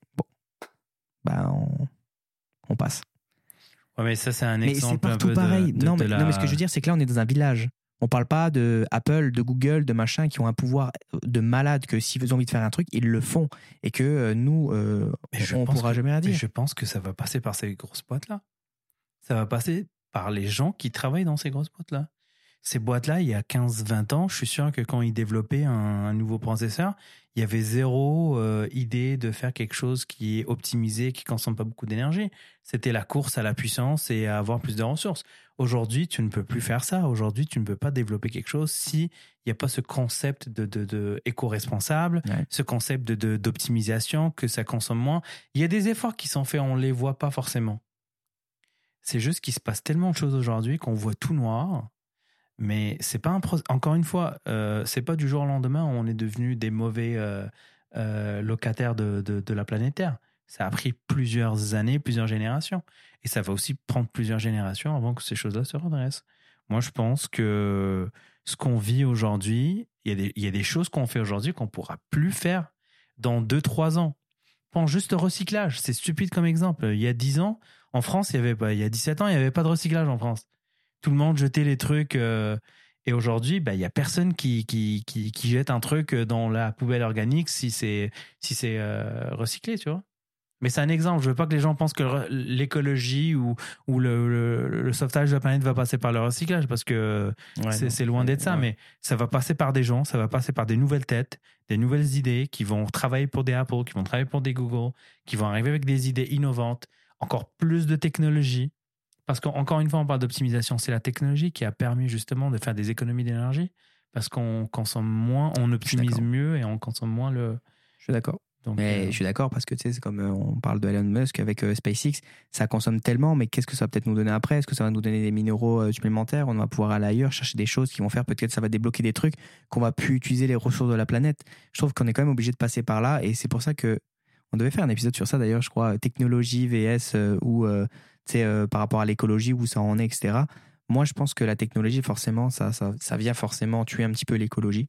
bon, on passe. Ouais, mais ça, c'est un mais exemple c'est partout un peu pareil. Non, mais la... ce que je veux dire, c'est que là, on est dans un village. On parle pas de Apple, de Google, de machin qui ont un pouvoir de malade que s'ils ont envie de faire un truc, ils le font. Et que nous, on pourra jamais rien dire. Mais je pense que ça va passer par ces grosses boîtes-là. Ça va passer par les gens qui travaillent dans ces grosses boîtes-là. Ces boîtes-là, il y a 15-20 ans, je suis sûr que quand ils développaient un nouveau processeur, il y avait zéro idée de faire quelque chose qui est optimisé, qui consomme pas beaucoup d'énergie. C'était la course à la puissance et à avoir plus de ressources. Aujourd'hui, tu ne peux plus faire ça. Aujourd'hui, tu ne peux pas développer quelque chose s'il n'y a pas ce concept de éco-responsable, ce concept d'optimisation, que ça consomme moins. Il y a des efforts qui sont faits, on ne les voit pas forcément. C'est juste qu'il se passe tellement de choses aujourd'hui qu'on voit tout noir. Mais c'est pas encore une fois, c'est pas du jour au lendemain où on est devenu des mauvais locataires de la planète Terre. Ça a pris plusieurs années, plusieurs générations. Et ça va aussi prendre plusieurs générations avant que ces choses-là se redressent. Moi, je pense que ce qu'on vit aujourd'hui, il y a des choses qu'on fait aujourd'hui qu'on pourra plus faire dans 2-3 ans. Pense juste au recyclage. C'est stupide comme exemple. Il y a 10 ans, en France, il y a 17 ans, il n'y avait pas de recyclage en France. Tout le monde jetait les trucs. Et aujourd'hui, il n'y a personne qui jette un truc dans la poubelle organique si c'est recyclé, tu vois. Mais c'est un exemple. Je veux pas que les gens pensent que l'écologie ou le sauvetage de la planète va passer par le recyclage parce que c'est loin d'être ça. Ouais. Mais ça va passer par des gens, ça va passer par des nouvelles têtes, des nouvelles idées qui vont travailler pour des Apple, qui vont travailler pour des Google, qui vont arriver avec des idées innovantes, encore plus de technologie. Parce qu'encore une fois, on parle d'optimisation. C'est la technologie qui a permis justement de faire des économies d'énergie parce qu'on consomme moins, on optimise mieux et on consomme moins le... Je suis d'accord. Donc, mais je suis d'accord parce que tu sais, c'est comme on parle de Elon Musk avec SpaceX, ça consomme tellement, mais qu'est-ce que ça va peut-être nous donner après? Est-ce que ça va nous donner des minéraux supplémentaires? On va pouvoir aller ailleurs chercher des choses qui vont faire, peut-être ça va débloquer des trucs, qu'on va plus utiliser les ressources de la planète. Je trouve qu'on est quand même obligé de passer par là et c'est pour ça que on devait faire un épisode sur ça d'ailleurs, je crois, technologie vs ou par rapport à l'écologie, où ça en est, etc. Moi, je pense que la technologie, forcément, ça vient forcément tuer un petit peu l'écologie.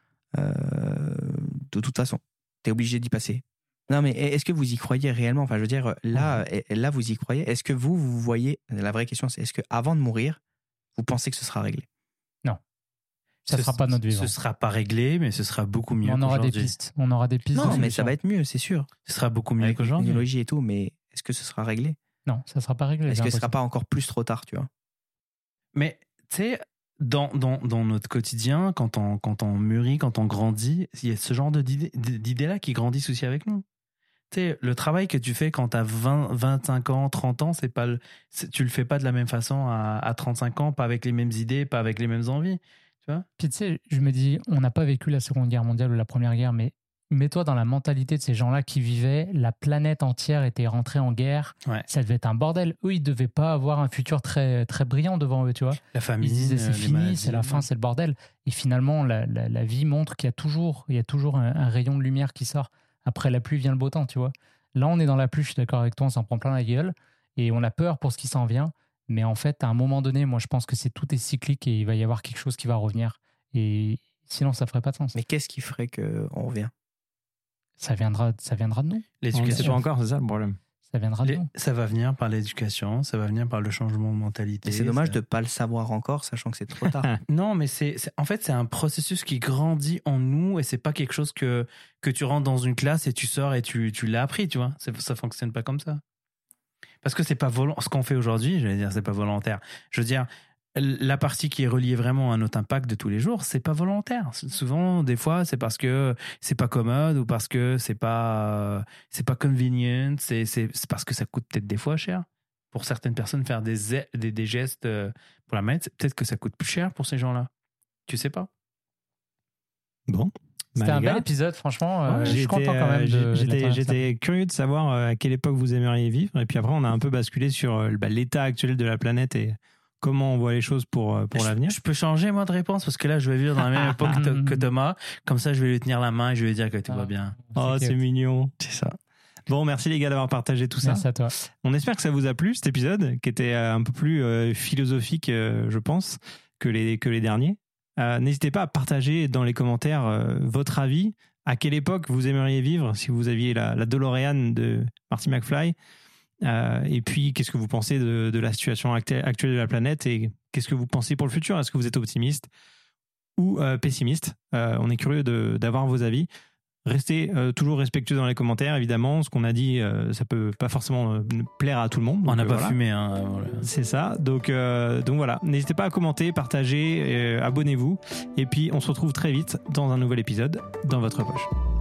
De toute façon, t'es obligé d'y passer. Non, mais est-ce que vous y croyez réellement? Enfin, je veux dire, là, vous y croyez. Est-ce que vous voyez, la vraie question, c'est est-ce qu'avant de mourir, vous pensez que ce sera réglé? Non. Ça ne sera pas notre vivant. Ce ne sera pas réglé, mais ce sera beaucoup mieux On aura des pistes. On aura des pistes. Non, mais ça va être mieux, c'est sûr. Ce sera beaucoup mieux avec qu'aujourd'hui. La technologie et tout, mais est-ce que ce sera réglé? Non, ça ne sera pas réglé. Est-ce que ce ne sera pas encore plus trop tard, tu vois? Mais, tu sais, dans notre quotidien, quand on mûrit, quand on grandit, il y a ce genre d'idées-là qui grandissent aussi avec nous. Tu sais, le travail que tu fais quand tu as 20, 25 ans, 30 ans, tu le fais pas de la même façon à 35 ans, pas avec les mêmes idées, pas avec les mêmes envies. Tu vois? Puis tu sais, je me dis, on n'a pas vécu la Seconde Guerre mondiale ou la Première Guerre, mais mets-toi dans la mentalité de ces gens-là qui vivaient, la planète entière était rentrée en guerre, ça devait être un bordel. Eux, ils ne devaient pas avoir un futur très, très brillant devant eux, tu vois. La famille, ils disaient c'est fini, maladies, c'est la fin, c'est le bordel. Et finalement, la vie montre qu'il y a toujours un rayon de lumière qui sort. Après la pluie vient le beau temps, tu vois. Là, on est dans la pluie, je suis d'accord avec toi, on s'en prend plein la gueule et on a peur pour ce qui s'en vient. Mais en fait, à un moment donné, moi, je pense que tout est cyclique et il va y avoir quelque chose qui va revenir. Et sinon, ça ferait pas de sens. Mais qu'est-ce qui ferait qu'on revient? Ça viendra de nous. L'éducation, c'est pas encore, c'est ça le problème. Ça viendra de nous. Ça va venir par l'éducation, ça va venir par le changement de mentalité. Et c'est dommage de ne pas le savoir encore, sachant que c'est trop tard. Non, mais en fait, c'est un processus qui grandit en nous et c'est pas quelque chose que tu rentres dans une classe et tu sors et tu l'as appris, tu vois. Ça fonctionne pas comme ça. Parce que c'est pas ce qu'on fait aujourd'hui, j'allais dire, c'est pas volontaire. Je veux dire, la partie qui est reliée vraiment à notre impact de tous les jours, c'est pas volontaire. Souvent, des fois, c'est parce que c'est pas commode ou parce que c'est pas convenient. C'est parce que ça coûte peut-être des fois cher. Pour certaines personnes, faire des gestes pour la planète, peut-être que ça coûte plus cher pour ces gens-là. Tu sais pas. Bon. C'était un bel épisode, franchement. Je suis content quand même. J'étais curieux de savoir à quelle époque vous aimeriez vivre. Et puis après, on a un peu basculé sur l'état actuel de la planète et comment on voit les choses pour l'avenir. Je peux changer, moi, de réponse, parce que là, je vais vivre dans la même époque que Thomas. Comme ça, je vais lui tenir la main et je vais lui dire que tout va bien. Oh, c'est mignon. C'est ça. Bon, merci les gars d'avoir partagé tout ça. Merci à toi. On espère que ça vous a plu, cet épisode, qui était un peu plus philosophique, je pense, que les derniers. N'hésitez pas à partager dans les commentaires votre avis. À quelle époque vous aimeriez vivre si vous aviez la DeLorean de Marty McFly, et puis qu'est-ce que vous pensez de la situation actuelle de la planète et qu'est-ce que vous pensez pour le futur? Est-ce que vous êtes optimiste ou pessimiste? On est curieux d'avoir vos avis. Restez toujours respectueux dans les commentaires, évidemment. Ce qu'on a dit, ça peut pas forcément plaire à tout le monde. On n'a pas fumé, hein. Voilà. C'est ça. Donc voilà. N'hésitez pas à commenter, partager, abonnez-vous. Et puis, on se retrouve très vite dans un nouvel épisode dans votre poche.